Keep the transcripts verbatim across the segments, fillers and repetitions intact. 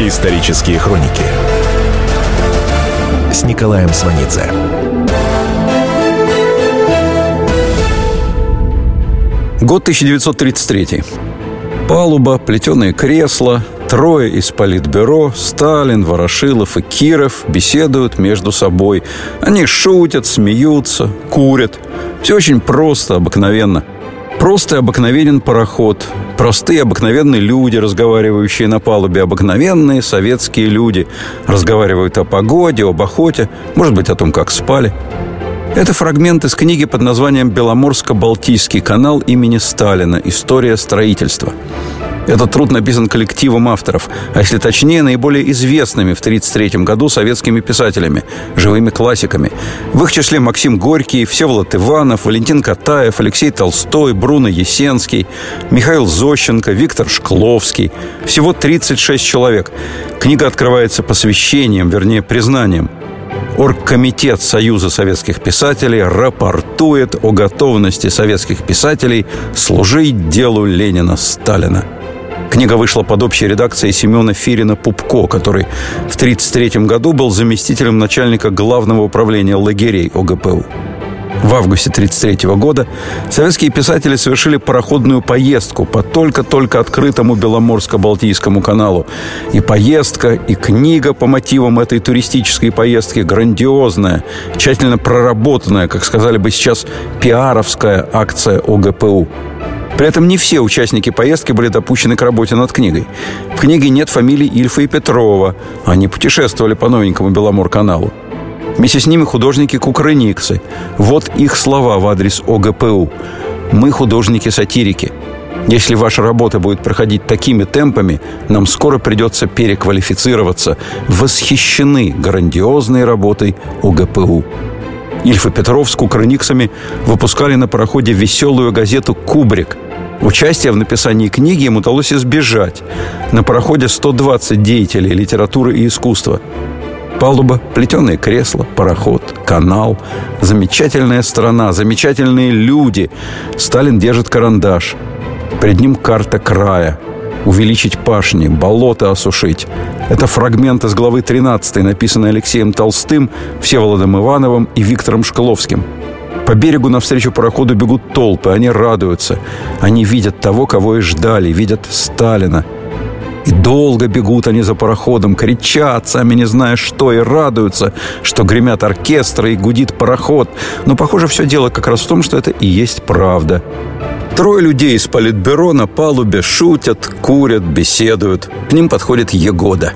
Исторические хроники с Николаем Сванидзе. Год тысяча девятьсот тридцать третий. Палуба, плетеные кресла, трое из политбюро, Сталин, Ворошилов и Киров беседуют между собой. Они шутят, смеются, курят. Все очень просто, обыкновенно. Просто и обыкновенен пароход. Простые обыкновенные люди, разговаривающие на палубе. Обыкновенные советские люди. Разговаривают о погоде, об охоте, может быть, о том, как спали. Это фрагмент из книги под названием «Беломорско-Балтийский канал имени Сталина. История строительства». Этот труд написан коллективом авторов, а если точнее, наиболее известными в тысяча девятьсот тридцать третьем году советскими писателями, живыми классиками. В их числе Максим Горький, Всеволод Иванов, Валентин Катаев, Алексей Толстой, Бруно Ясенский, Михаил Зощенко, Виктор Шкловский. Всего тридцать шесть человек. Книга открывается посвящением, вернее, признанием. Оргкомитет Союза советских писателей рапортует о готовности советских писателей служить делу Ленина Сталина. Книга вышла под общей редакцией Семена Фирина-Пупко, который в тысяча девятьсот тридцать третьем году был заместителем начальника Главного управления лагерей О Гэ Пэ У. В августе тысяча девятьсот тридцать третьего года советские писатели совершили пароходную поездку по только-только открытому Беломорско-Балтийскому каналу. И поездка, и книга по мотивам этой туристической поездки грандиозная, тщательно проработанная, как сказали бы сейчас, пиаровская акция О Гэ Пэ У. При этом не все участники поездки были допущены к работе над книгой. В книге нет фамилий Ильфа и Петрова. Они путешествовали по новенькому Беломор-каналу. Вместе с ними художники-кукрыниксы. Вот их слова в адрес О Гэ Пэ У. «Мы художники-сатирики. Если ваша работа будет проходить такими темпами, нам скоро придется переквалифицироваться. Восхищены грандиозной работой О Гэ Пэ У». Ильф и Петров с кукрыниксами выпускали на пароходе веселую газету «Кубрик». Участие в написании книги им удалось избежать. На пароходе сто двадцать деятелей литературы и искусства. Палуба, плетеные кресла, пароход, канал. Замечательная страна, замечательные люди. Сталин держит карандаш. Перед ним карта края. Увеличить пашни, болото осушить. Это фрагмент из главы тринадцатой, написанной Алексеем Толстым, Всеволодом Ивановым и Виктором Шкловским. По берегу навстречу пароходу бегут толпы. Они радуются. Они видят того, кого и ждали. Видят Сталина. И долго бегут они за пароходом, кричат, сами не зная что, и радуются, что гремят оркестры и гудит пароход. Но, похоже, все дело как раз в том, что это и есть правда. Трое людей из политбюро на палубе шутят, курят, беседуют. К ним подходит Ягода.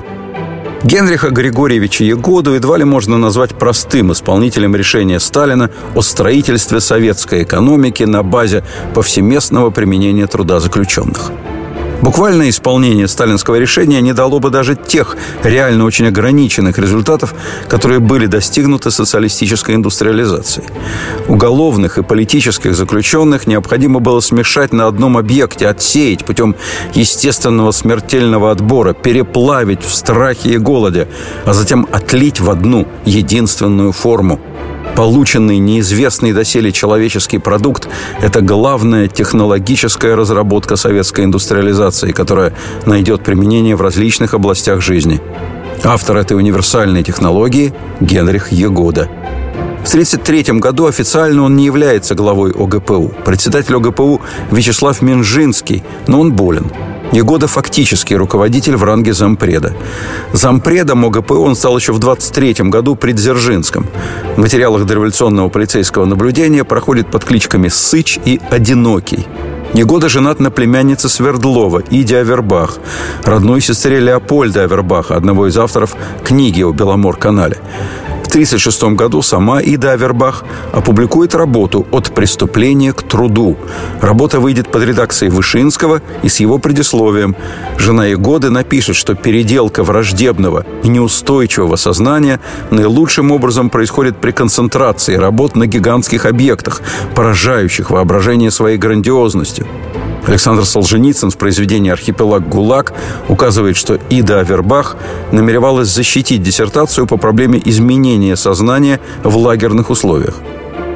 Генриха Григорьевича Ягоду едва ли можно назвать простым исполнителем решения Сталина о строительстве советской экономики на базе повсеместного применения труда заключенных. Буквальное исполнение сталинского решения не дало бы даже тех реально очень ограниченных результатов, которые были достигнуты социалистической индустриализацией. Уголовных и политических заключенных необходимо было смешать на одном объекте, отсеять путем естественного смертельного отбора, переплавить в страхе и голоде, а затем отлить в одну единственную форму. Полученный неизвестный доселе человеческий продукт – это главная технологическая разработка советской индустриализации, которая найдет применение в различных областях жизни. Автор этой универсальной технологии – Генрих Ягода. В тысяча девятьсот тридцать третьем году официально он не является главой О Гэ Пэ У. Председатель О Гэ Пэ У Вячеслав Минжинский, но он болен. Ягода фактически руководитель в ранге зампреда. Зампредом О Гэ Пэ У он стал еще в двадцать третьем году при Дзержинском. В материалах дореволюционного полицейского наблюдения проходит под кличками «Сыч» и «Одинокий». Ягода женат на племяннице Свердлова, Иде Авербах, родной сестре Леопольда Авербаха, одного из авторов книги о Беломор-канале. В тысяча девятьсот тридцать шестом году сама Ида Авербах опубликует работу «От преступления к труду». Работа выйдет под редакцией Вышинского и с его предисловием. Жена Ягоды напишет, что переделка враждебного и неустойчивого сознания наилучшим образом происходит при концентрации работ на гигантских объектах, поражающих воображение своей грандиозностью. Александр Солженицын в произведении «Архипелаг ГУЛАГ» указывает, что Ида Авербах намеревалась защитить диссертацию по проблеме изменения сознания в лагерных условиях.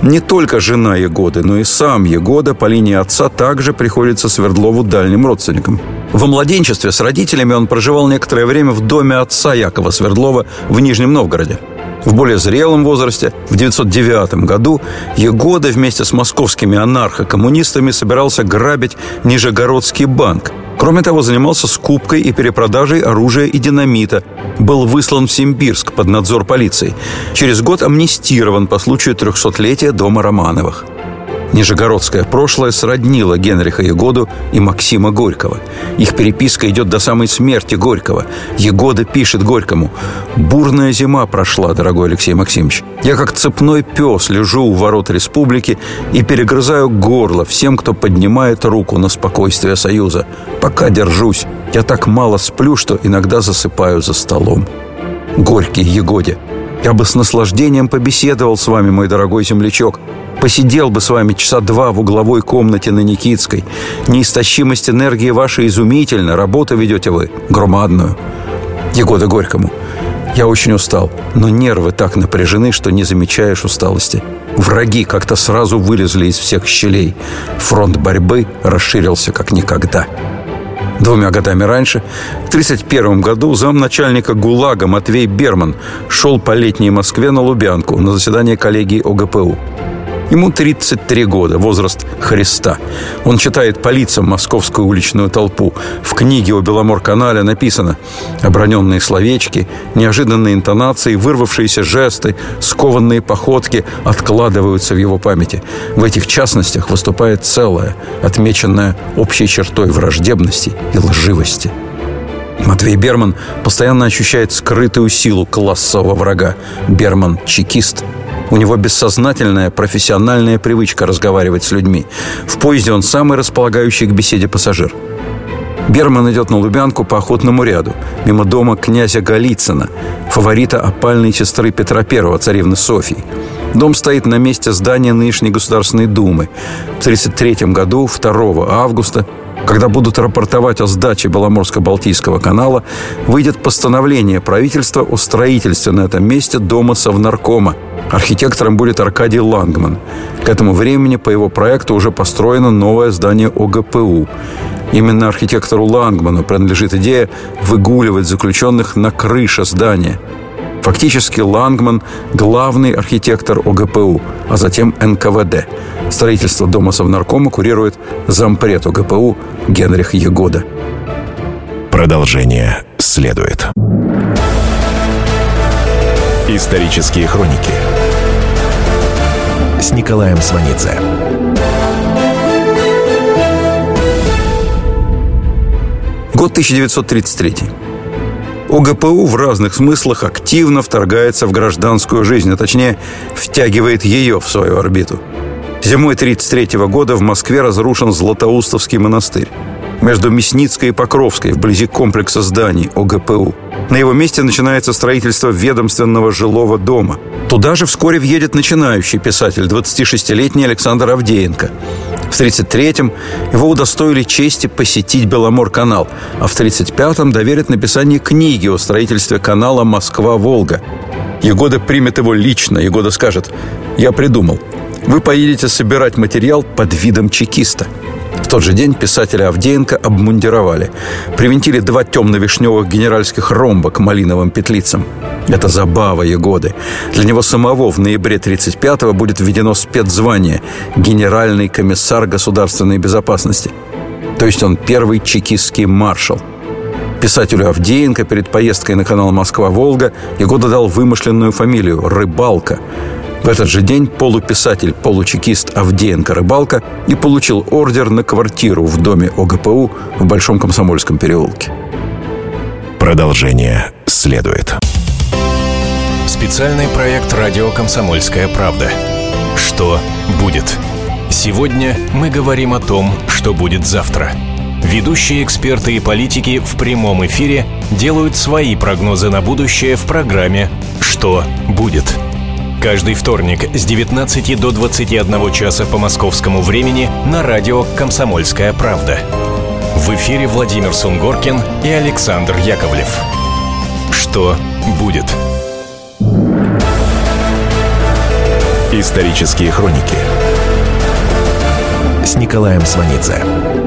Не только жена Егоды, но и сам Егода по линии отца также приходится Свердлову дальним родственникам. Во младенчестве с родителями он проживал некоторое время в доме отца Якова Свердлова в Нижнем Новгороде. В более зрелом возрасте, в девятьсот девятом году, Егода вместе с московскими анархо-коммунистами собирался грабить Нижегородский банк. Кроме того, занимался скупкой и перепродажей оружия и динамита. Был выслан в Симбирск под надзор полиции. Через год амнистирован по случаю трехсотлетия дома Романовых. Нижегородское прошлое сроднило Генриха Егоду и Максима Горького. Их переписка идет до самой смерти Горького. Егода пишет Горькому: «Бурная зима прошла, дорогой Алексей Максимович. Я как цепной пес лежу у ворот республики и перегрызаю горло всем, кто поднимает руку на спокойствие Союза. Пока держусь. Я так мало сплю, что иногда засыпаю за столом». Горький Егоде: «Я бы с наслаждением побеседовал с вами, мой дорогой землячок. Посидел бы с вами часа два в угловой комнате на Никитской. Неистощимость энергии вашей изумительна. Работу ведете вы громадную». Егода Горькому: «Я очень устал, но нервы так напряжены, что не замечаешь усталости. Враги как-то сразу вылезли из всех щелей. Фронт борьбы расширился как никогда». Двумя годами раньше, в тридцать первом году, замначальника ГУЛАГа Матвей Берман шел по летней Москве на Лубянку на заседание коллегии ОГПУ. Ему тридцать три года, возраст Христа. Он читает по лицам московскую уличную толпу. В книге о Беломорканале написано: оброненные словечки, неожиданные интонации, вырвавшиеся жесты, скованные походки откладываются в его памяти. В этих частностях выступает целое, отмеченное общей чертой враждебности и лживости. Матвей Берман постоянно ощущает скрытую силу классового врага. Берман – чекист. У него бессознательная профессиональная привычка разговаривать с людьми. В поезде он самый располагающий к беседе пассажир. Берман идет на Лубянку по Охотному ряду, мимо дома князя Голицына, фаворита опальной сестры Петра Первого, царевны Софьи. Дом стоит на месте здания нынешней Государственной Думы. В тридцать третьем году, второго августа, когда будут рапортовать о сдаче Беломорско-Балтийского канала, выйдет постановление правительства о строительстве на этом месте дома Совнаркома. Архитектором будет Аркадий Лангман. К этому времени по его проекту уже построено новое здание ОГПУ. Именно архитектору Лангману принадлежит идея выгуливать заключенных на крыше здания. Фактически Лангман – главный архитектор ОГПУ, а затем эн ка вэ дэ. Строительство дома Совнаркома курирует зампред ОГПУ Генрих Егода. Продолжение следует. Исторические хроники с Николаем Сванидзе. Год тысяча девятьсот тридцать третий. ОГПУ в разных смыслах активно вторгается в гражданскую жизнь, а точнее втягивает ее в свою орбиту. Зимой тридцать третьего года в Москве разрушен Златоустовский монастырь. Между Мясницкой и Покровской, вблизи комплекса зданий ОГПУ. На его месте начинается строительство ведомственного жилого дома. Туда же вскоре въедет начинающий писатель, двадцатишестилетний Александр Авдеенко. В тридцать третьем его удостоили чести посетить Беломорканал, а в тридцать пятом доверят написание книги о строительстве канала Москва-Волга. Егода примет его лично. Егода скажет: «Я придумал. Вы поедете собирать материал под видом чекиста». В тот же день писателя Авдеенко обмундировали. Привинтили два темно-вишневых генеральских ромба к малиновым петлицам. Это забава Егоды. Для него самого в ноябре тридцать пятого будет введено спецзвание «Генеральный комиссар государственной безопасности». То есть он первый чекистский маршал. Писателю Авдеенко перед поездкой на канал Москва-Волга Егода дал вымышленную фамилию – Рыбалка. В этот же день полуписатель-получекист Авдеенко Рыбалка и получил ордер на квартиру в доме ОГПУ в Большом Комсомольском переулке. Продолжение следует. Специальный проект «Радио Комсомольская правда». Что будет? Сегодня мы говорим о том, что будет завтра. Ведущие эксперты и политики в прямом эфире делают свои прогнозы на будущее в программе «Что будет?». Каждый вторник с девятнадцати до двадцати одного часа по московскому времени на радио «Комсомольская правда». В эфире Владимир Сунгоркин и Александр Яковлев. Что будет? Исторические хроники с Николаем Сванидзе.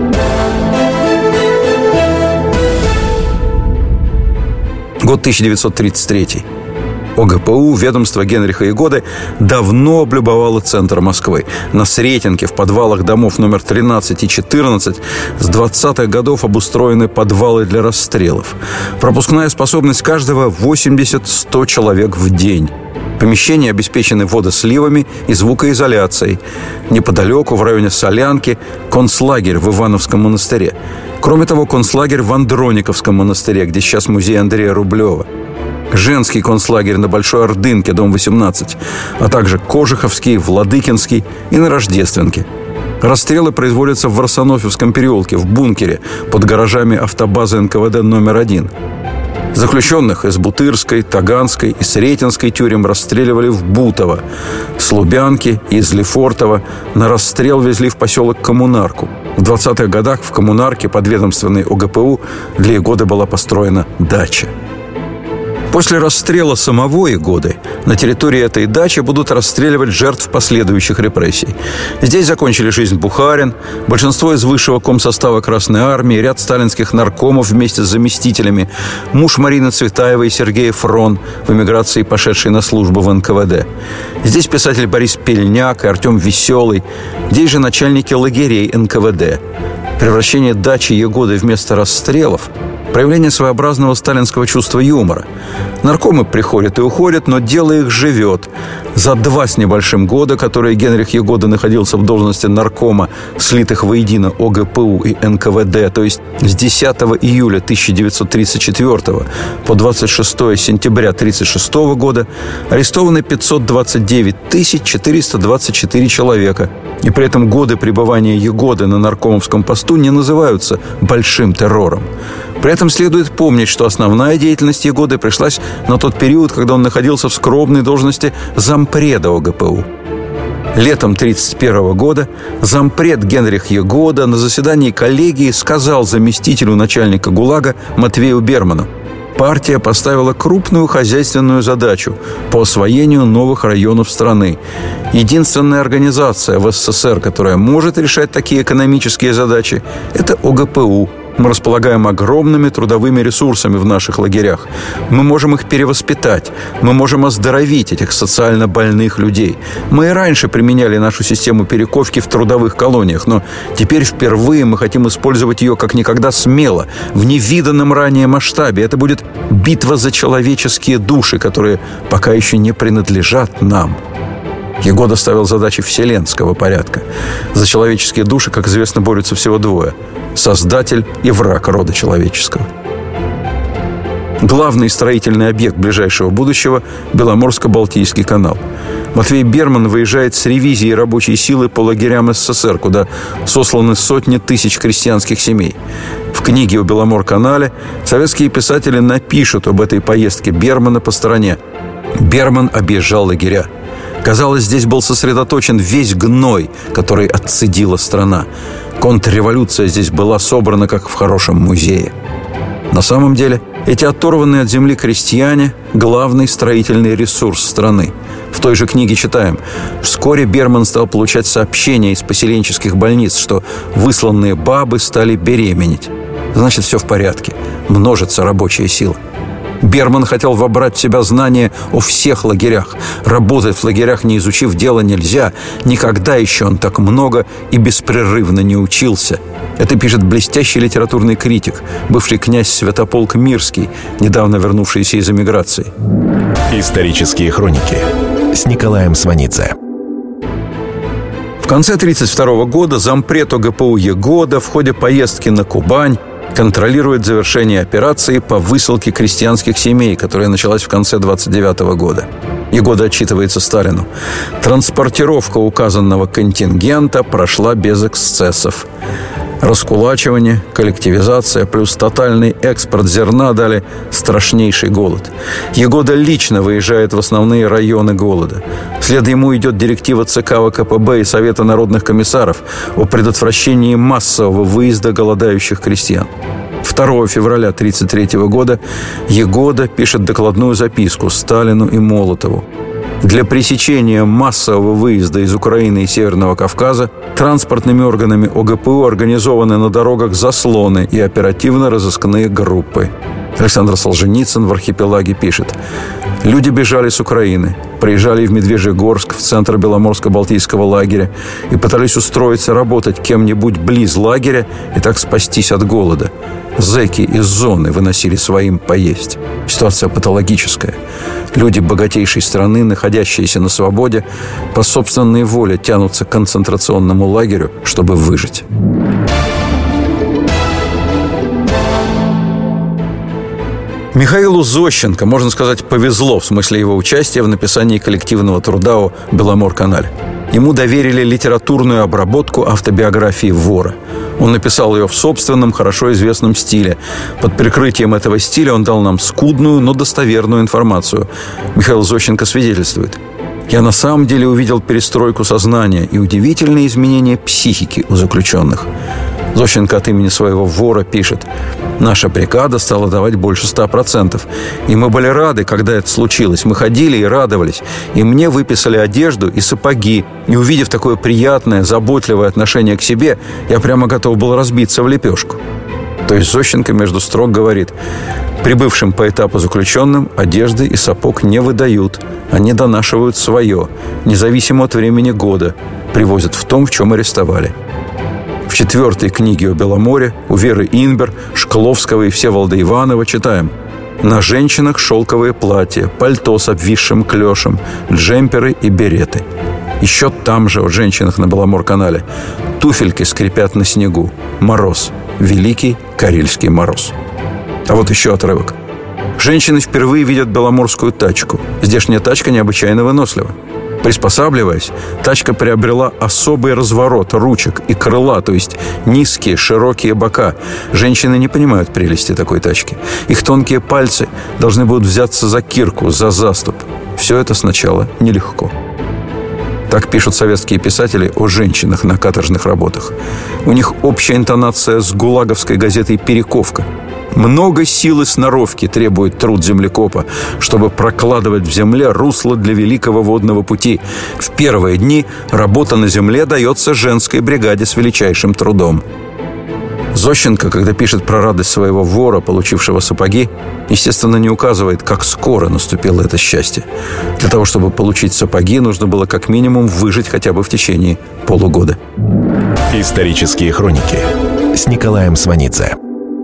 Год тысяча девятьсот тридцать третий. ОГПУ, ведомство Генриха Ягоды, давно облюбовало центр Москвы. На Сретенке, в подвалах домов номер тринадцать и четырнадцать, с двадцатых годов обустроены подвалы для расстрелов. Пропускная способность каждого восемьдесят-сто человек в день. Помещения обеспечены водосливами и звукоизоляцией. Неподалеку, в районе Солянки, концлагерь в Ивановском монастыре. Кроме того, концлагерь в Андрониковском монастыре, где сейчас музей Андрея Рублева. Женский концлагерь на Большой Ордынке, дом восемнадцать, а также Кожуховский, Владыкинский и на Рождественке. Расстрелы производятся в Варсонофьевском переулке, в бункере, под гаражами автобазы эн ка вэ дэ номер один. Заключенных из Бутырской, Таганской и Сретенской тюрем расстреливали в Бутово. С Лубянки и из Лефортово на расстрел везли в поселок Коммунарку. В двадцатых годах в Коммунарке, подведомственной ОГПУ, для Ягоды была построена дача. После расстрела самого Ягоды на территории этой дачи будут расстреливать жертв последующих репрессий. Здесь закончили жизнь Бухарин, большинство из высшего комсостава Красной Армии, ряд сталинских наркомов вместе с заместителями, муж Марины Цветаевой Сергей Фрон, в эмиграции пошедший на службу в эн ка вэ дэ. Здесь писатель Борис Пельняк и Артем Веселый. Здесь же начальники лагерей эн ка вэ дэ. Превращение дачи Ягоды в место расстрелов – проявление своеобразного сталинского чувства юмора. Наркомы приходят и уходят, но дело их живет. За два с небольшим года, которые Генрих Ягода находился в должности наркома, слитых воедино ОГПУ и эн ка вэ дэ, то есть с десятого июля тысяча девятьсот тридцать четвёртого по двадцать шестого сентября тысяча девятьсот тридцать шестого года, арестованы пятьсот двадцать девять тысяч четыреста двадцать четыре человека. И при этом годы пребывания Ягоды на наркомовском посту не называются большим террором. При этом следует помнить, что основная деятельность Ягоды пришлась на тот период, когда он находился в скромной должности зампреда ОГПУ. Летом тысяча девятьсот тридцать первого года зампред Генрих Ягода на заседании коллегии сказал заместителю начальника ГУЛАГа Матвею Берману: партия поставила крупную хозяйственную задачу по освоению новых районов страны. Единственная организация в эс эс эс эр, которая может решать такие экономические задачи, это ОГПУ. Мы располагаем огромными трудовыми ресурсами в наших лагерях. Мы можем их перевоспитать. Мы можем оздоровить этих социально больных людей. Мы и раньше применяли нашу систему перековки в трудовых колониях, но теперь впервые мы хотим использовать ее как никогда смело, в невиданном ранее масштабе. Это будет битва за человеческие души, которые пока еще не принадлежат нам. Ягода ставил задачи вселенского порядка. За человеческие души, как известно, борются всего двое – создатель и враг рода человеческого. Главный строительный объект ближайшего будущего – Беломорско-Балтийский канал. Матвей Берман выезжает с ревизией рабочей силы по лагерям эс эс эс эр, куда сосланы сотни тысяч крестьянских семей. В книге о Беломор-канале советские писатели напишут об этой поездке Бермана по стране. Берман объезжал лагеря. Казалось, здесь был сосредоточен весь гной, который отцедила страна. Контрреволюция здесь была собрана, как в хорошем музее. На самом деле, эти оторванные от земли крестьяне – главный строительный ресурс страны. В той же книге читаем: вскоре Берман стал получать сообщения из поселенческих больниц, что высланные бабы стали беременеть. Значит, все в порядке. Множится рабочая сила. Берман хотел вобрать в себя знания о всех лагерях. Работать в лагерях, не изучив дело, нельзя. Никогда еще он так много и беспрерывно не учился. Это пишет блестящий литературный критик, бывший князь Святополк Мирский, недавно вернувшийся из эмиграции. Исторические хроники с Николаем Сванидзе. В конце тридцать второго года зампред ОГПУ Ягода в ходе поездки на Кубань контролирует завершение операции по высылке крестьянских семей, которая началась в конце двадцать девятого года. Ягода отчитывается Сталину: транспортировка указанного контингента прошла без эксцессов. Раскулачивание, коллективизация плюс тотальный экспорт зерна дали страшнейший голод. Ягода лично выезжает в основные районы голода. Вслед ему идет директива ЦК вэ ка пэ бэ и Совета народных комиссаров о предотвращении массового выезда голодающих крестьян. второго февраля тысяча девятьсот тридцать третьего года Ягода пишет докладную записку Сталину и Молотову. Для пресечения массового выезда из Украины и Северного Кавказа транспортными органами ОГПУ организованы на дорогах заслоны и оперативно-розыскные группы. Александр Солженицын в «Архипелаге» пишет: «Люди бежали с Украины, приезжали в Медвежьегорск, в центр Беломорско-Балтийского лагеря и пытались устроиться работать кем-нибудь близ лагеря и так спастись от голода. Зэки из зоны выносили своим поесть. Ситуация патологическая. Люди богатейшей страны, находящиеся на свободе, по собственной воле тянутся к концентрационному лагерю, чтобы выжить». Михаилу Зощенко, можно сказать, повезло в смысле его участия в написании коллективного труда о Беломорканале. Ему доверили литературную обработку автобиографии вора. Он написал ее в собственном, хорошо известном стиле. Под прикрытием этого стиля он дал нам скудную, но достоверную информацию. Михаил Зощенко свидетельствует: «Я на самом деле увидел перестройку сознания и удивительные изменения психики у заключенных». Зощенко от имени своего вора пишет: «Наша бригада стала давать больше ста процентов. И мы были рады, когда это случилось. Мы ходили и радовались. И мне выписали одежду и сапоги. И увидев такое приятное, заботливое отношение к себе, я прямо готов был разбиться в лепешку». То есть Зощенко между строк говорит: прибывшим по этапу заключенным одежды и сапог не выдают. Они донашивают свое, независимо от времени года. Привозят в том, в чем арестовали. В четвертой книге о Беломоре у Веры Инбер, Шкловского и Всеволода Иванова читаем: «На женщинах шелковые платья, пальто с обвисшим клешем, джемперы и береты». Еще там же о женщинах на Беломорканале: туфельки скрипят на снегу, мороз, великий карельский мороз. А вот еще отрывок. Женщины впервые видят беломорскую тачку. Здешняя тачка необычайно вынослива. Приспосабливаясь, тачка приобрела особый разворот ручек и крыла, то есть низкие, широкие бока. Женщины не понимают прелести такой тачки. Их тонкие пальцы должны будут взяться за кирку, за заступ. Все это сначала нелегко. Так пишут советские писатели о женщинах на каторжных работах. У них общая интонация с гулаговской газетой «Перековка». Много сил и сноровки требует труд землекопа, чтобы прокладывать в земле русло для великого водного пути. В первые дни работа на земле дается женской бригаде с величайшим трудом. Зощенко, когда пишет про радость своего вора, получившего сапоги, естественно, не указывает, как скоро наступило это счастье. Для того, чтобы получить сапоги, нужно было как минимум выжить хотя бы в течение полугода. Исторические хроники с Николаем Сванидзе.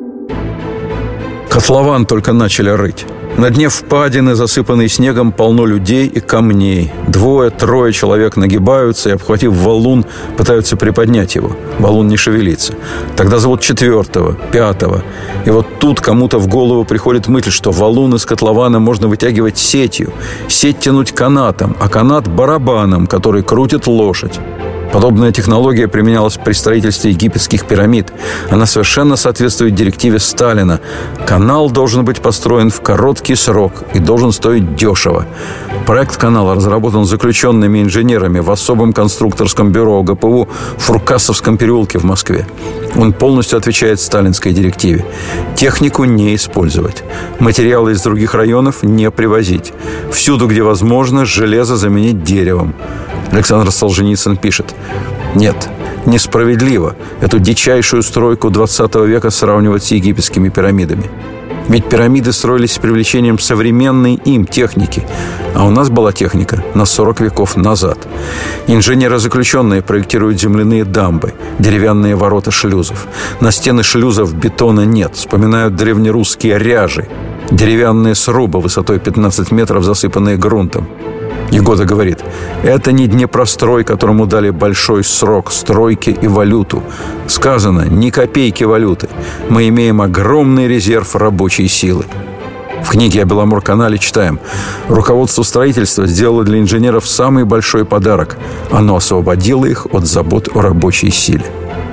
Котлован только начали рыть. На дне впадины, засыпанной снегом, полно людей и камней. Двое-трое человек нагибаются и, обхватив валун, пытаются приподнять его. Валун не шевелится. Тогда зовут четвертого, пятого. И вот тут кому-то в голову приходит мысль, что валун из котлована можно вытягивать сетью, сеть тянуть канатом, а канат барабаном, который крутит лошадь. Подобная технология применялась при строительстве египетских пирамид. Она совершенно соответствует директиве Сталина. Канал должен быть построен в короткий срок и должен стоить дешево. Проект канала разработан заключенными инженерами в особом конструкторском бюро ОГПУ в Фуркасовском переулке в Москве. Он полностью отвечает сталинской директиве. Технику не использовать. Материалы из других районов не привозить. Всюду, где возможно, железо заменить деревом. Александр Солженицын пишет: «Нет, несправедливо эту дичайшую стройку двадцатого века сравнивать с египетскими пирамидами. Ведь пирамиды строились с привлечением современной им техники, а у нас была техника на сорок веков назад. Инженеры-заключенные проектируют земляные дамбы, деревянные ворота шлюзов. На стены шлюзов бетона нет, вспоминают древнерусские ряжи, деревянные срубы высотой пятнадцать метров, засыпанные грунтом. Егода говорит: это не Днепрострой, которому дали большой срок стройки и валюту. Сказано, ни копейки валюты. Мы имеем огромный резерв рабочей силы». В книге о Беломорканале читаем: руководство строительства сделало для инженеров самый большой подарок. Оно освободило их от забот о рабочей силе.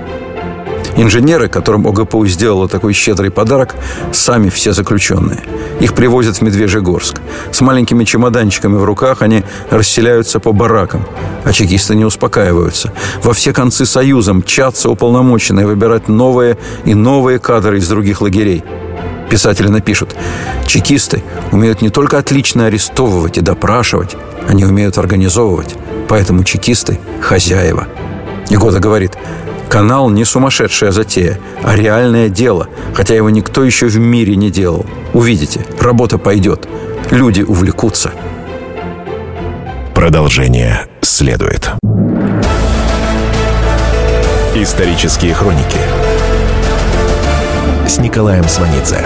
Инженеры, которым ОГПУ сделала такой щедрый подарок, сами все заключенные. Их привозят в Медвежьегорск. С маленькими чемоданчиками в руках они расселяются по баракам. А чекисты не успокаиваются. Во все концы Союза мчатся уполномоченные выбирать новые и новые кадры из других лагерей. Писатели напишут: чекисты умеют не только отлично арестовывать и допрашивать, Они умеют организовывать, поэтому чекисты – хозяева. Егода говорит: канал не сумасшедшая затея, а реальное дело, хотя его никто еще в мире не делал. Увидите, работа пойдет, люди увлекутся. Продолжение следует. Исторические хроники с Николаем Сванидзе.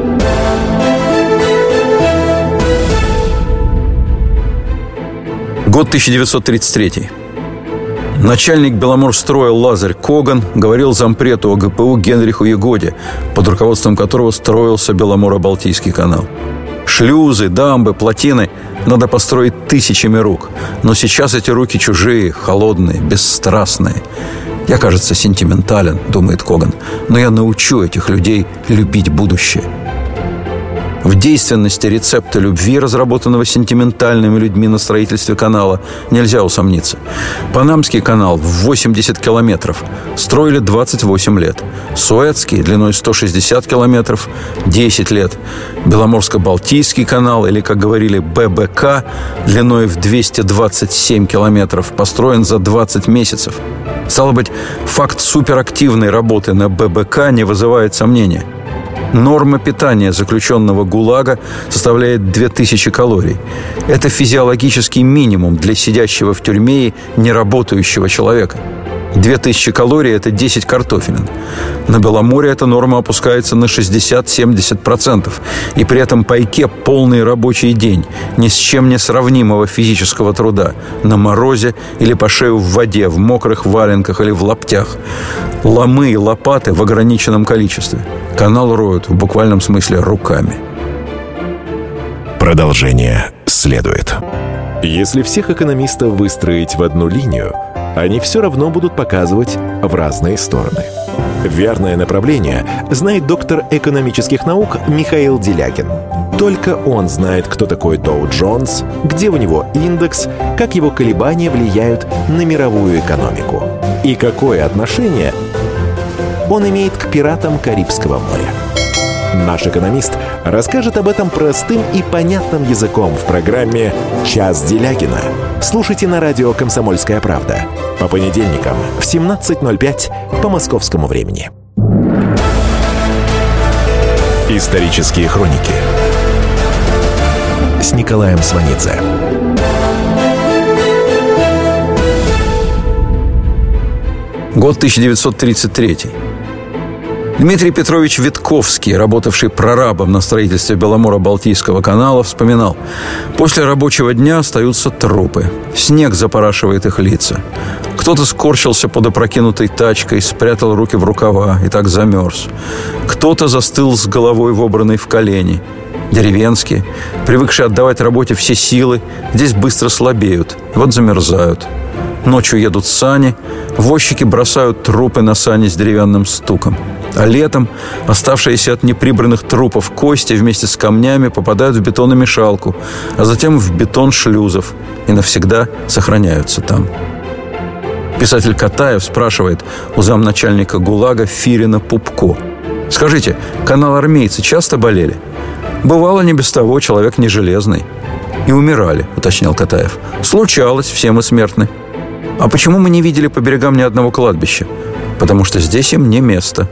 Год тысяча девятьсот тридцать третий. Начальник Беломорстроя Лазарь Коган говорил зампрету о гэ пэ у Генриху Егоде, под руководством которого строился Беломоро-Балтийский канал. Шлюзы, дамбы, плотины надо построить тысячами рук. Но сейчас эти руки чужие, холодные, бесстрастные. Я, кажется, сентиментален, думает Коган, но я научу этих людей любить будущее. В действенности рецепта любви, разработанного сентиментальными людьми на строительстве канала, нельзя усомниться. Панамский канал в восемьдесят километров строили двадцать восемь лет. Суэцкий длиной сто шестьдесят километров – десять лет. Беломорско-Балтийский канал, или, как говорили, бэ бэ ка, длиной в двести двадцать семь километров, построен за двадцать месяцев. Стало быть, факт суперактивной работы на бэ бэ ка не вызывает сомнения. Норма питания заключенного ГУЛАГа составляет две тысячи калорий. Это физиологический минимум для сидящего в тюрьме и неработающего человека. две тысячи калорий – это десять картофелин. На Беломоре эта норма опускается на шестьдесят-семьдесят процентов. И при этом пайке полный рабочий день, ни с чем не сравнимого физического труда, на морозе или по шею в воде, в мокрых валенках или в лаптях. Ломы и лопаты в ограниченном количестве. Канал роют в буквальном смысле руками. Продолжение следует. Если всех экономистов выстроить в одну линию, они все равно будут показывать в разные стороны. Верное направление знает доктор экономических наук Михаил Делягин. Только он знает, кто такой Доу Джонс, где у него индекс, как его колебания влияют на мировую экономику и какое отношение он имеет к пиратам Карибского моря. Наш экономист расскажет об этом простым и понятным языком в программе «Час Делягина». Слушайте на радио «Комсомольская правда» по понедельникам в семнадцать ноль пять по московскому времени. Исторические хроники с Николаем Сванидзе. Год тысяча девятьсот тридцать третий. Дмитрий Петрович Витковский, работавший прорабом на строительстве Беломоро-Балтийского канала, вспоминал: после рабочего дня остаются трупы. Снег запорашивает их лица. Кто-то скорчился под опрокинутой тачкой, спрятал руки в рукава и так замерз. Кто-то застыл с головой вобранной в колени. Деревенские, привыкшие отдавать работе все силы, здесь быстро слабеют и вот замерзают. Ночью едут сани, возчики бросают трупы на сани с деревянным стуком. А летом оставшиеся от неприбранных трупов кости вместе с камнями попадают в бетономешалку, а затем в бетон шлюзов и навсегда сохраняются там. Писатель Катаев спрашивает у замначальника ГУЛАГа Фирина Пупко: «Скажите, канал-армейцы часто болели?» «Бывало не без того, человек не железный». «И умирали», уточнял Катаев. «Случалось, все мы смертны». «А почему мы не видели по берегам ни одного кладбища?» «Потому что здесь им не место».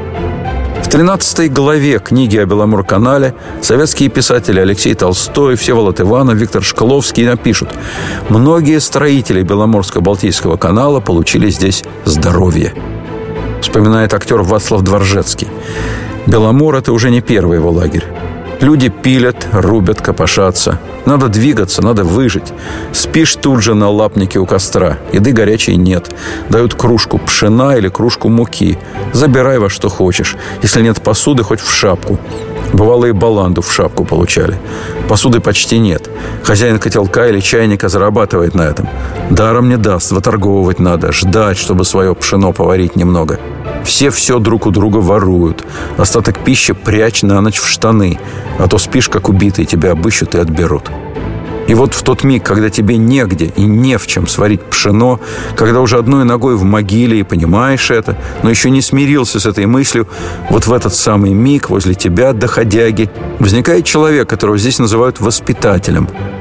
В тринадцатой главе книги о Беломор-канале советские писатели Алексей Толстой, Всеволод Иванов, Виктор Шкловский напишут: многие строители Беломорско-Балтийского канала получили здесь здоровье. Вспоминает актер Вацлав Дворжецкий. Беломор – это уже не первый его лагерь. Люди пилят, рубят, копошатся. Надо двигаться, надо выжить. Спишь тут же на лапнике у костра. Еды горячей нет. Дают кружку пшена или кружку муки. Забирай во что хочешь. Если нет посуды, хоть в шапку. Бывало, и баланду в шапку получали. Посуды почти нет. Хозяин котелка или чайника зарабатывает на этом. Даром не даст, выторговывать надо. Ждать, чтобы свое пшено поварить немного. Все все друг у друга воруют. Остаток пищи прячь на ночь в штаны. А то спишь, как убитый, тебя обыщут и отберут. И вот в тот миг, когда тебе негде и не в чем сварить пшено, когда уже одной ногой в могиле и понимаешь это, но еще не смирился с этой мыслью, вот в этот самый миг возле тебя, доходяги, возникает человек, которого здесь называют воспитателем.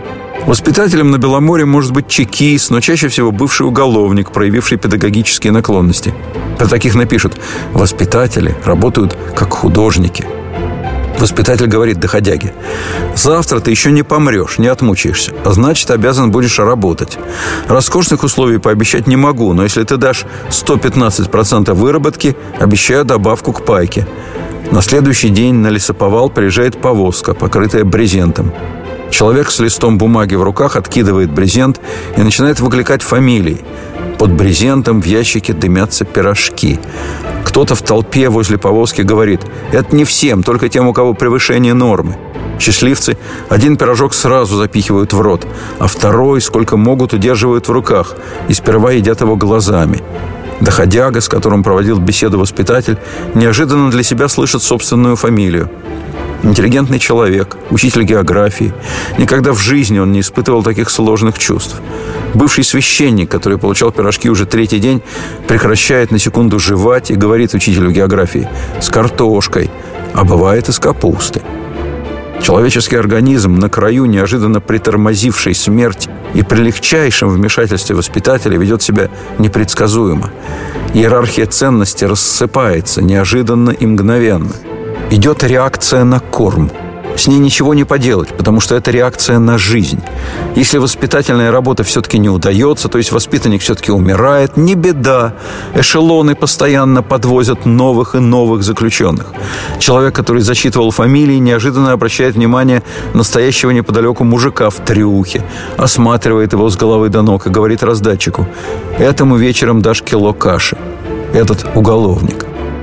Воспитателем на Беломорье может быть чекист, но чаще всего бывший уголовник, проявивший педагогические наклонности. Про таких напишут: воспитатели работают как художники. Воспитатель говорит доходяге: завтра ты еще не помрешь, не отмучаешься, а значит, обязан будешь работать. Роскошных условий пообещать не могу, но если ты дашь сто пятнадцать процентов выработки, обещаю добавку к пайке. На следующий день на лесоповал приезжает повозка, покрытая брезентом. Человек с листом бумаги в руках откидывает брезент и начинает выкликать фамилии. Под брезентом в ящике дымятся пирожки. Кто-то в толпе возле повозки говорит: это не всем, только тем, у кого превышение нормы. Счастливцы один пирожок сразу запихивают в рот, а второй, сколько могут, удерживают в руках и сперва едят его глазами. Доходяга, с которым проводил беседу воспитатель, неожиданно для себя слышит собственную фамилию. Интеллигентный человек, учитель географии. Никогда в жизни он не испытывал таких сложных чувств. Бывший священник, который получал пирожки уже третий день, прекращает на секунду жевать и говорит учителю географии: с картошкой, а бывает и с капустой. Человеческий организм, на краю неожиданно притормозившей смерти и при легчайшем вмешательстве воспитателя, ведет себя непредсказуемо. Иерархия ценностей рассыпается неожиданно и мгновенно. Идет реакция на корм. С ней ничего не поделать, потому что это реакция на жизнь. Если воспитательная работа все-таки не удается, то есть воспитанник все-таки умирает, не беда. Эшелоны постоянно подвозят новых и новых заключенных. Человек, который зачитывал фамилии, неожиданно обращает внимание на стоящего неподалеку мужика в трюхе, осматривает его с головы до ног и говорит раздатчику: этому вечером дашь кило каши. Этот уголовник.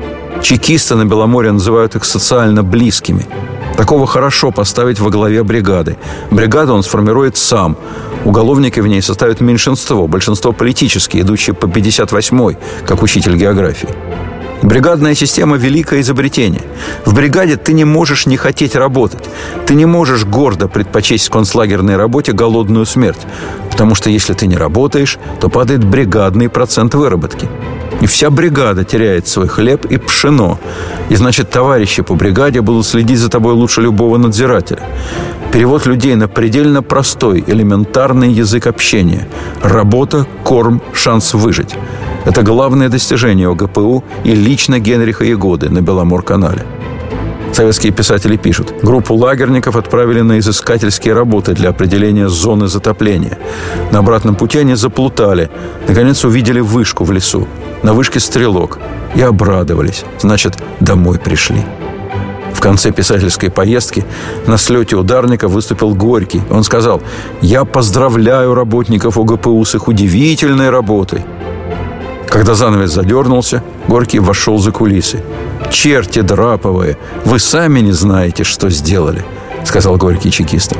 Чекисты на Беломорье называют их социально близкими. Такого хорошо поставить во главе бригады. Бригаду он сформирует сам. Уголовники в ней составят меньшинство, большинство политические, идущие по пятьдесят восьмой, как учитель географии. Бригадная система – великое изобретение. В бригаде ты не можешь не хотеть работать. Ты не можешь гордо предпочесть в концлагерной работе голодную смерть. Потому что если ты не работаешь, то падает бригадный процент выработки. И вся бригада теряет свой хлеб и пшено. И значит, товарищи по бригаде будут следить за тобой лучше любого надзирателя. Перевод людей на предельно простой, элементарный язык общения. Работа, корм, шанс выжить. Это главное достижение ОГПУ и лично Генриха Ягоды на Беломор-канале. Советские писатели пишут: группу лагерников отправили на изыскательские работы для определения зоны затопления. На обратном пути они заплутали. Наконец увидели вышку в лесу. На вышке стрелок. И обрадовались. Значит, домой пришли. В конце писательской поездки на слете ударников выступил Горький. Он сказал: «Я поздравляю работников ОГПУ с их удивительной работой». Когда занавес задернулся, Горький вошел за кулисы. «Черти драповые, вы сами не знаете, что сделали», — сказал Горький чекистам.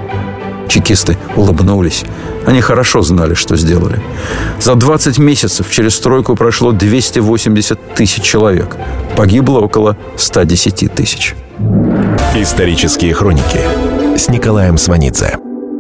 Чекисты улыбнулись. Они хорошо знали, что сделали. За двадцать месяцев через стройку прошло двести восемьдесят тысяч человек. Погибло около ста десяти тысяч. Исторические хроники с Николаем Сванидзе.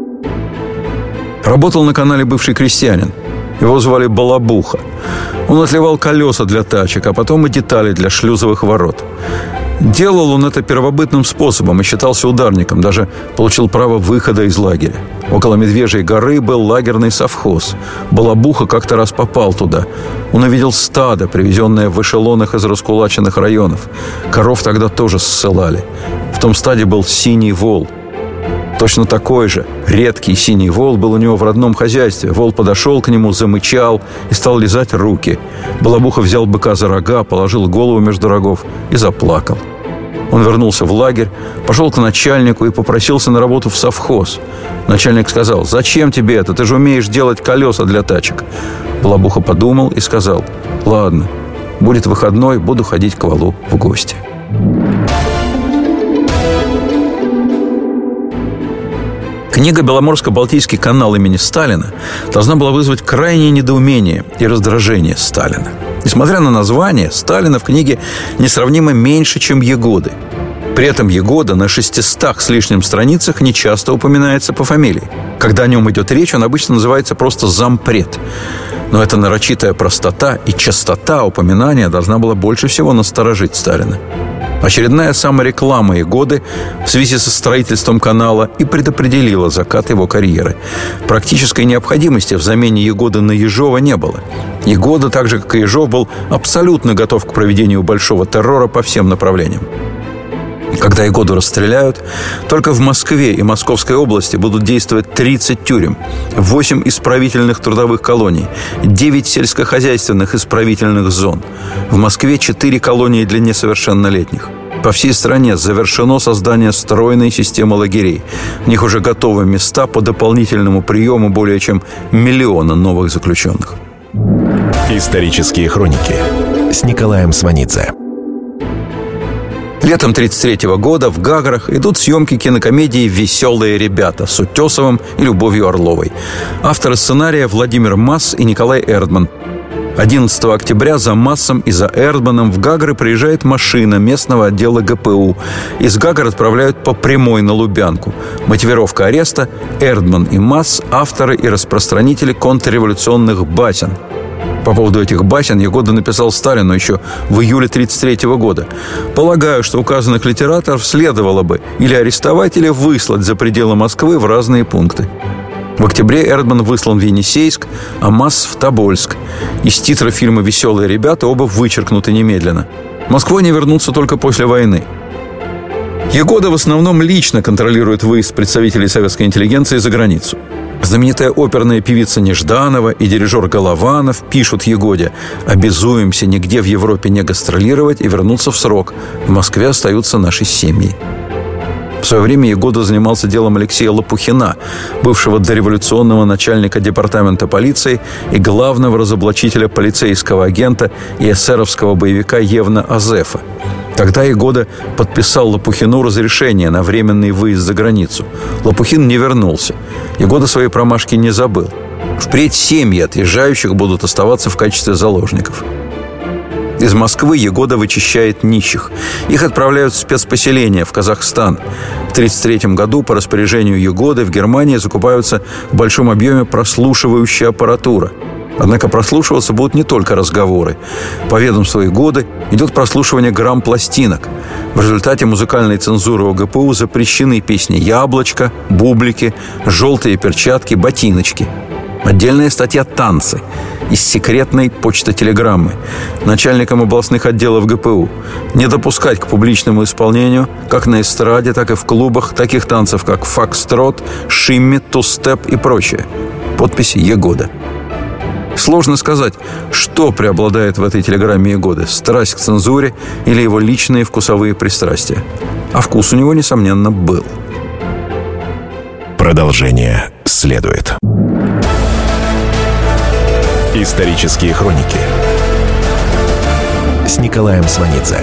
Работал на канале бывший крестьянин. Его звали Балабуха. Он отливал колеса для тачек, а потом и детали для шлюзовых ворот. Делал он это первобытным способом и считался ударником, даже получил право выхода из лагеря. Около Медвежьей горы был лагерный совхоз. Балабуха как-то раз попал туда. Он увидел стадо, привезенное в эшелонах из раскулаченных районов. Коров тогда тоже ссылали. В том стаде был синий вол. Точно такой же редкий синий вол был у него в родном хозяйстве. Вол подошел к нему, замычал и стал лизать руки. Балабуха взял быка за рога, положил голову между рогов и заплакал. Он вернулся в лагерь, пошел к начальнику и попросился на работу в совхоз. Начальник сказал: «Зачем тебе это? Ты же умеешь делать колеса для тачек». Балабуха подумал и сказал: «Ладно, будет выходной, буду ходить к волу в гости». Книга «Беломорско-Балтийский канал» имени Сталина должна была вызвать крайнее недоумение и раздражение Сталина. Несмотря на название, Сталина в книге несравнимо меньше, чем Ягоды. При этом Ягода на шестистах с лишним страницах нечасто упоминается по фамилии. Когда о нем идет речь, он обычно называется просто зампред. Но эта нарочитая простота и частота упоминания должна была больше всего насторожить Сталина. Очередная самореклама Ягоды в связи со строительством канала и предопределила закат его карьеры. Практической необходимости в замене Ягоды на Ежова не было. Ягода, так же как и Ежов, был абсолютно готов к проведению большого террора по всем направлениям. Когда Ягоду расстреляют, только в Москве и Московской области будут действовать тридцать тюрем, восемь исправительных трудовых колоний, девять сельскохозяйственных исправительных зон. В Москве четыре колонии для несовершеннолетних. По всей стране завершено создание стройной системы лагерей. В них уже готовы места по дополнительному приему более чем миллиона новых заключенных. Исторические хроники с Николаем Сванидзе. Летом тридцать третьего года в Гаграх идут съемки кинокомедии «Веселые ребята» с Утесовым и Любовью Орловой. Авторы сценария Владимир Масс и Николай Эрдман. одиннадцатого октября за Массом и за Эрдманом в Гагры приезжает машина местного отдела ГПУ. Из Гагр отправляют по прямой на Лубянку. Мотивировка ареста – Эрдман и Масс – авторы и распространители контрреволюционных басен. По поводу этих басен Ягода написал Сталину еще в июле тридцать третьего года. «Полагаю, что указанных литераторов следовало бы или арестовать, или выслать за пределы Москвы в разные пункты». В октябре Эрдман выслан в Енисейск, а Масс в Тобольск. Из титра фильма «Веселые ребята» оба вычеркнуты немедленно. В Москву они вернутся только после войны. Ягода в основном лично контролирует выезд представителей советской интеллигенции за границу. Знаменитая оперная певица Нежданова и дирижер Голованов пишут Ягоде: «Обязуемся нигде в Европе не гастролировать и вернуться в срок. В Москве остаются наши семьи». В свое время Ягода занимался делом Алексея Лопухина, бывшего дореволюционного начальника департамента полиции и главного разоблачителя полицейского агента и эсеровского боевика Евна Азефа. Тогда Ягода подписал Лопухину разрешение на временный выезд за границу. Лопухин не вернулся. Ягода свои промашки не забыл. Впредь семьи отъезжающих будут оставаться в качестве заложников. Из Москвы Ягода вычищает нищих. Их отправляют в спецпоселение в Казахстан. В тысяча девятьсот тридцать третьем году по распоряжению Ягоды в Германии закупаются в большом объеме прослушивающая аппаратура. Однако прослушиваться будут не только разговоры. По ведомству Ягоды идет прослушивание грамм пластинок. В результате музыкальной цензуры ОГПУ запрещены песни «Яблочко», «Бублики», «Желтые перчатки», «Ботиночки». Отдельная статья «Танцы» из секретной почта-телеграммы начальникам областных отделов ГПУ. Не допускать к публичному исполнению, как на эстраде, так и в клубах, таких танцев, как фокстрот, шимми, тустеп и прочее. Подпись «Ягода». Сложно сказать, что преобладает в этой телеграмме Ягоды – страсть к цензуре или его личные вкусовые пристрастия. А вкус у него, несомненно, был. Продолжение следует. Исторические хроники с Николаем Сванидзе.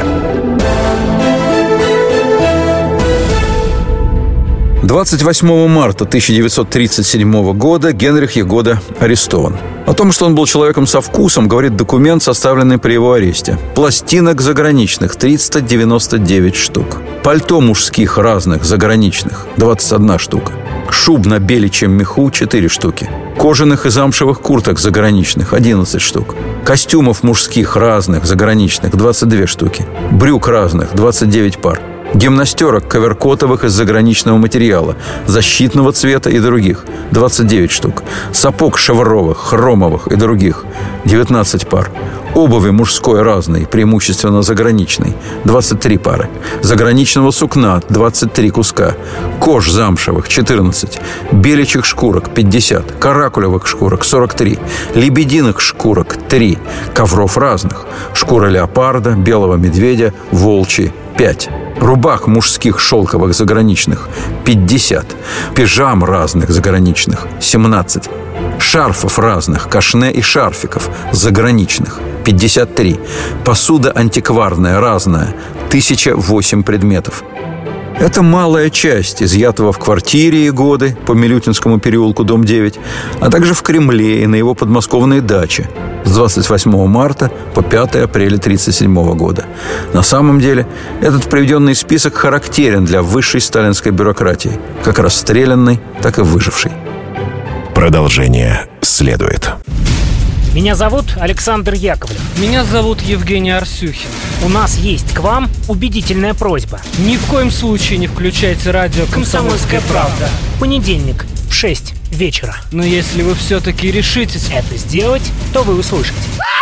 двадцать восьмого марта тысяча девятьсот тридцать седьмого года Генрих Ягода арестован. О том, что он был человеком со вкусом, говорит документ, составленный при его аресте. Пластинок заграничных триста девяносто девять штук. Пальто мужских разных заграничных двадцать одна штука. Шуб на беличьем меху четыре штуки. Кожаных и замшевых курток заграничных одиннадцать штук. Костюмов мужских разных заграничных двадцать две штуки. Брюк разных двадцать девять пар. Гимнастерок коверкотовых из заграничного материала, защитного цвета и других – двадцать девять штук. Сапог шевровых, хромовых и других – девятнадцать пар. Обуви мужской разной, преимущественно заграничной – двадцать три пары. Заграничного сукна – двадцать три куска. Кож замшевых – четырнадцать. Беличьих шкурок – пятьдесят. Каракулевых шкурок – сорок три. Лебединых шкурок – три. Ковров разных. Шкура леопарда, белого медведя, волчьи – пять. Рубах мужских шелковых заграничных – пятьдесят. Пижам разных заграничных – семнадцать. Шарфов разных, кашне и шарфиков заграничных – пятьдесят три. Посуда антикварная разная – тысяча восемь предметов. Это малая часть изъятого в квартире Егоды по Милютинскому переулку, дом девять, а также в Кремле и на его подмосковной даче с двадцать восьмого марта по пятое апреля тысяча девятьсот тридцать седьмого года. На самом деле, этот приведенный список характерен для высшей сталинской бюрократии, как расстрелянной, так и выжившей. Продолжение следует. Меня зовут Александр Яковлев. Меня зовут Евгений Арсюхин. У нас есть к вам убедительная просьба. Ни в коем случае не включайте радио «Комсомольская правда» в понедельник в шесть вечера. Но если вы все-таки решитесь это сделать, то вы услышите.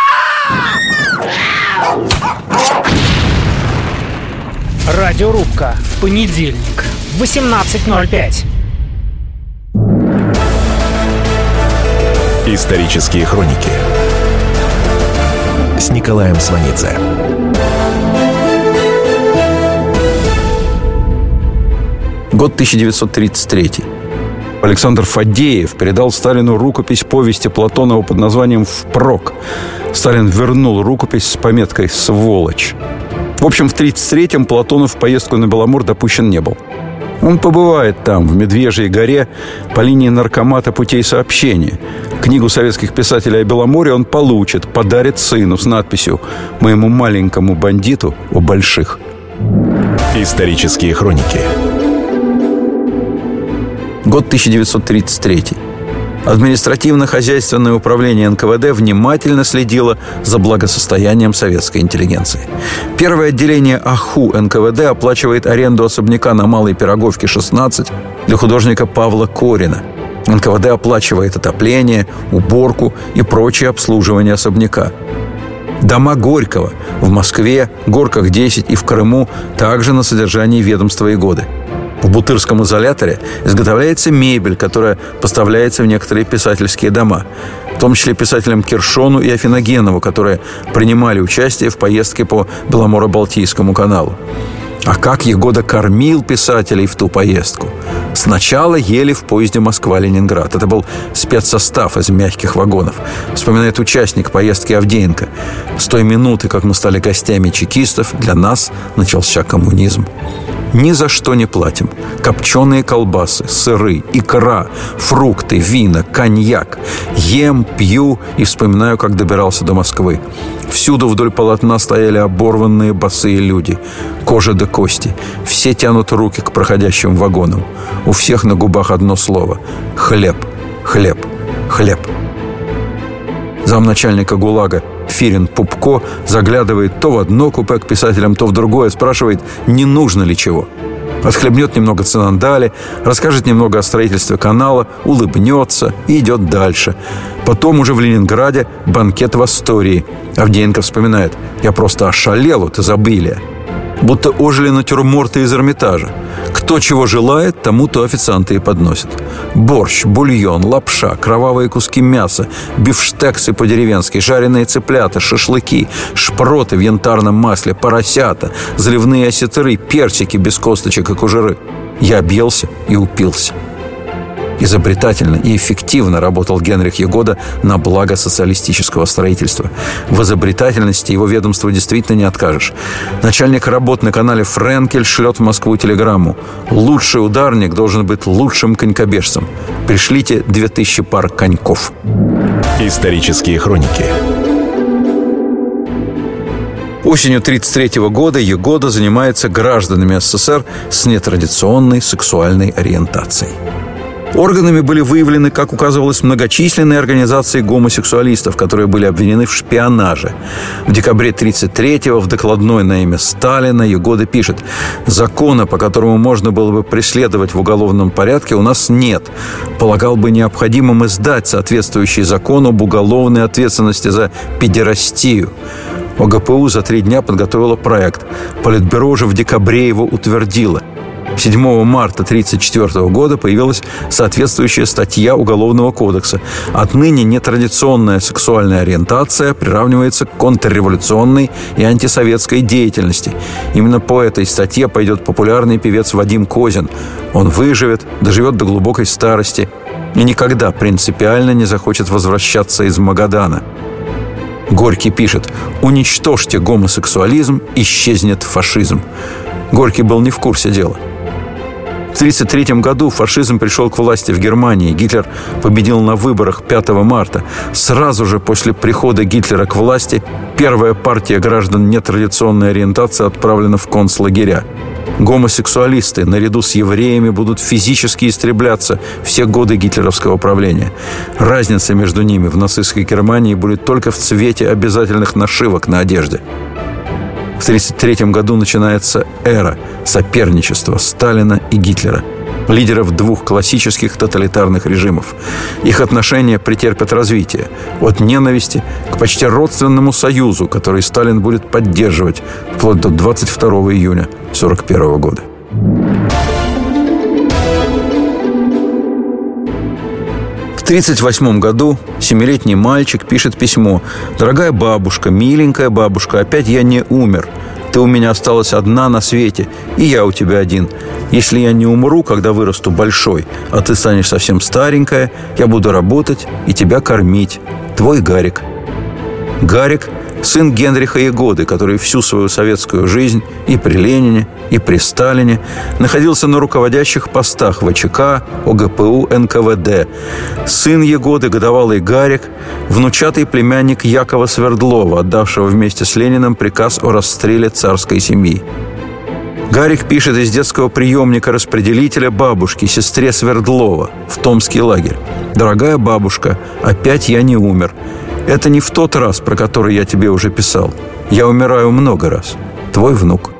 Радиорубка в понедельник в восемнадцать ноль пять. Исторические хроники с Николаем Сванидзе. Год тысяча девятьсот тридцать третий. Александр Фадеев передал Сталину рукопись повести Платонова под названием «Впрок». Сталин вернул рукопись с пометкой «Сволочь». В общем, в тридцать третьем Платонов в поездку на Беломор допущен не был. Он побывает там, в Медвежьей горе, по линии наркомата путей сообщения. Книгу советских писателей о Беломоре он получит, подарит сыну с надписью «Моему маленькому бандиту о больших». Исторические хроники. Год тысяча девятьсот тридцать третий. Административно-хозяйственное управление эн ка вэ дэ внимательно следило за благосостоянием советской интеллигенции. Первое отделение а ха у эн ка вэ дэ оплачивает аренду особняка на Малой Пироговке, шестнадцать, для художника Павла Корина. эн ка вэ дэ оплачивает отопление, уборку и прочее обслуживание особняка. Дома Горького в Москве, Горках десять и в Крыму также на содержании ведомства Егоды. В Бутырском изоляторе изготовляется мебель, которая поставляется в некоторые писательские дома, в том числе писателям Киршону и Афиногенову, которые принимали участие в поездке по Беломоро-Балтийскому каналу. А как Егода кормил писателей в ту поездку? Сначала ели в поезде Москва-Ленинград. Это был спецсостав из мягких вагонов. Вспоминает участник поездки Авдеенко. С той минуты, как мы стали гостями чекистов, для нас начался коммунизм. Ни за что не платим. Копченые колбасы, сыры, икра, фрукты, вина, коньяк. Ем, пью и вспоминаю, как добирался до Москвы. Всюду вдоль полотна стояли оборванные босые люди. Кожа до кости. Все тянут руки к проходящим вагонам. У всех на губах одно слово. Хлеб, хлеб, хлеб. Замначальника ГУЛАГа Фирин Пупко заглядывает то в одно купе к писателям, то в другое, спрашивает, не нужно ли чего. Отхлебнет немного цинандали, расскажет немного о строительстве канала, улыбнется и идет дальше. Потом уже в Ленинграде банкет в Астории. Авдеенко вспоминает: «Я просто ошалел от изобилия». Будто ожили натюрморты из Эрмитажа. Кто чего желает, тому то официанты и подносят. Борщ, бульон, лапша, кровавые куски мяса, бифштексы по-деревенски, жареные цыплята, шашлыки, шпроты в янтарном масле, поросята, заливные осетры, персики без косточек и кожуры. Я объелся и упился. Изобретательно и эффективно работал Генрих Егода на благо социалистического строительства. В изобретательности его ведомству действительно не откажешь. Начальник работ на канале Френкель шлет в Москву телеграмму: «Лучший ударник должен быть лучшим конькобежцем. Пришлите две тысячи пар коньков». Исторические хроники. Осенью тридцать третьего года Егода занимается гражданами эс эс эс эр с нетрадиционной сексуальной ориентацией. Органами были выявлены, как указывалось, многочисленные организации гомосексуалистов, которые были обвинены в шпионаже. В декабре тридцать третьего в докладной на имя Сталина Егода пишет: «Закона, по которому можно было бы преследовать в уголовном порядке, у нас нет. Полагал бы необходимым издать соответствующий закон об уголовной ответственности за педерастию». о гэ пэ у за три дня подготовила проект. Политбюро уже в декабре его утвердило. седьмого марта тридцать четвёртого года появилась соответствующая статья Уголовного кодекса. Отныне нетрадиционная сексуальная ориентация приравнивается к контрреволюционной и антисоветской деятельности. Именно по этой статье пойдет популярный певец Вадим Козин. Он выживет, доживет до глубокой старости и никогда принципиально не захочет возвращаться из Магадана. Горький пишет: «Уничтожьте гомосексуализм, исчезнет фашизм». Горький был не в курсе дела. В тысяча девятьсот тридцать третьем году фашизм пришел к власти в Германии. Гитлер победил на выборах пятого марта. Сразу же после прихода Гитлера к власти первая партия граждан нетрадиционной ориентации отправлена в концлагеря. Гомосексуалисты наряду с евреями будут физически истребляться все годы гитлеровского правления. Разница между ними в нацистской Германии будет только в цвете обязательных нашивок на одежде. В тысяча девятьсот тридцать третьем году начинается эра соперничества Сталина и Гитлера, лидеров двух классических тоталитарных режимов. Их отношения претерпят развитие от ненависти к почти родственному союзу, который Сталин будет поддерживать вплоть до двадцать второго июня тысяча девятьсот сорок первого года. В тысяча девятьсот тридцать восьмом году семилетний мальчик пишет письмо: «Дорогая бабушка, миленькая бабушка, опять я не умер. Ты у меня осталась одна на свете, и я у тебя один. Если я не умру, когда вырасту большой, а ты станешь совсем старенькая, я буду работать и тебя кормить. Твой Гарик». Гарик – сын Генриха Ягоды, который всю свою советскую жизнь и при Ленине, и при Сталине находился на руководящих постах ВЧК, ОГПУ, эн ка вэ дэ. Сын Ягоды, годовалый Гарик, внучатый племянник Якова Свердлова, отдавшего вместе с Лениным приказ о расстреле царской семьи. Гарик пишет из детского приемника-распределителя бабушке, сестре Свердлова, в Томский лагерь: «Дорогая бабушка, опять я не умер. Это не в тот раз, про который я тебе уже писал. Я умираю много раз. Твой внук».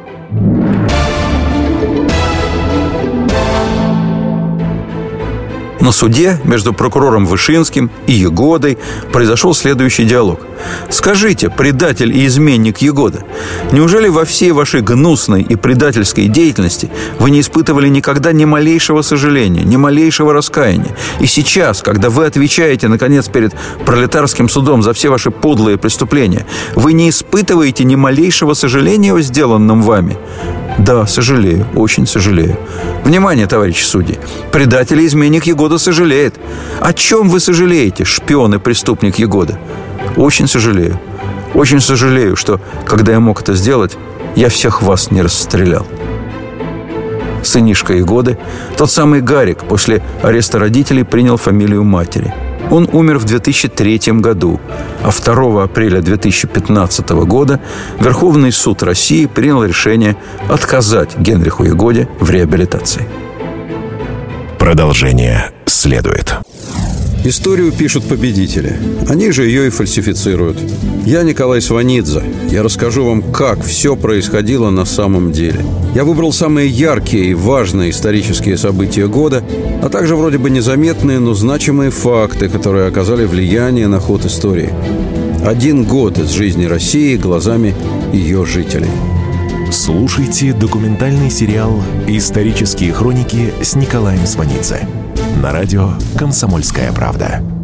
На суде между прокурором Вышинским и Ягодой произошел следующий диалог. «Скажите, предатель и изменник Ягода, неужели во всей вашей гнусной и предательской деятельности вы не испытывали никогда ни малейшего сожаления, ни малейшего раскаяния? И сейчас, когда вы отвечаете, наконец, перед пролетарским судом за все ваши подлые преступления, вы не испытываете ни малейшего сожаления о сделанном вами?» «Да, сожалею, очень сожалею». Внимание, товарищи судьи! Предатель и изменник Ягода сожалеет. О чем вы сожалеете, шпион и преступник Ягода? Очень сожалею. Очень сожалею, что, когда я мог это сделать, я всех вас не расстрелял. Сынишка Ягоды, тот самый Гарик, после ареста родителей принял фамилию матери. Он умер в две тысячи третьем году, а второго апреля две тысячи пятнадцатого года Верховный суд России принял решение отказать Генриху Ягоде в реабилитации. Продолжение следует. Историю пишут победители. Они же ее и фальсифицируют. Я Николай Сванидзе. Я расскажу вам, как все происходило на самом деле. Я выбрал самые яркие и важные исторические события года, а также вроде бы незаметные, но значимые факты, которые оказали влияние на ход истории. Один год из жизни России глазами ее жителей. Слушайте документальный сериал «Исторические хроники» с Николаем Сванидзе на радио «Комсомольская правда».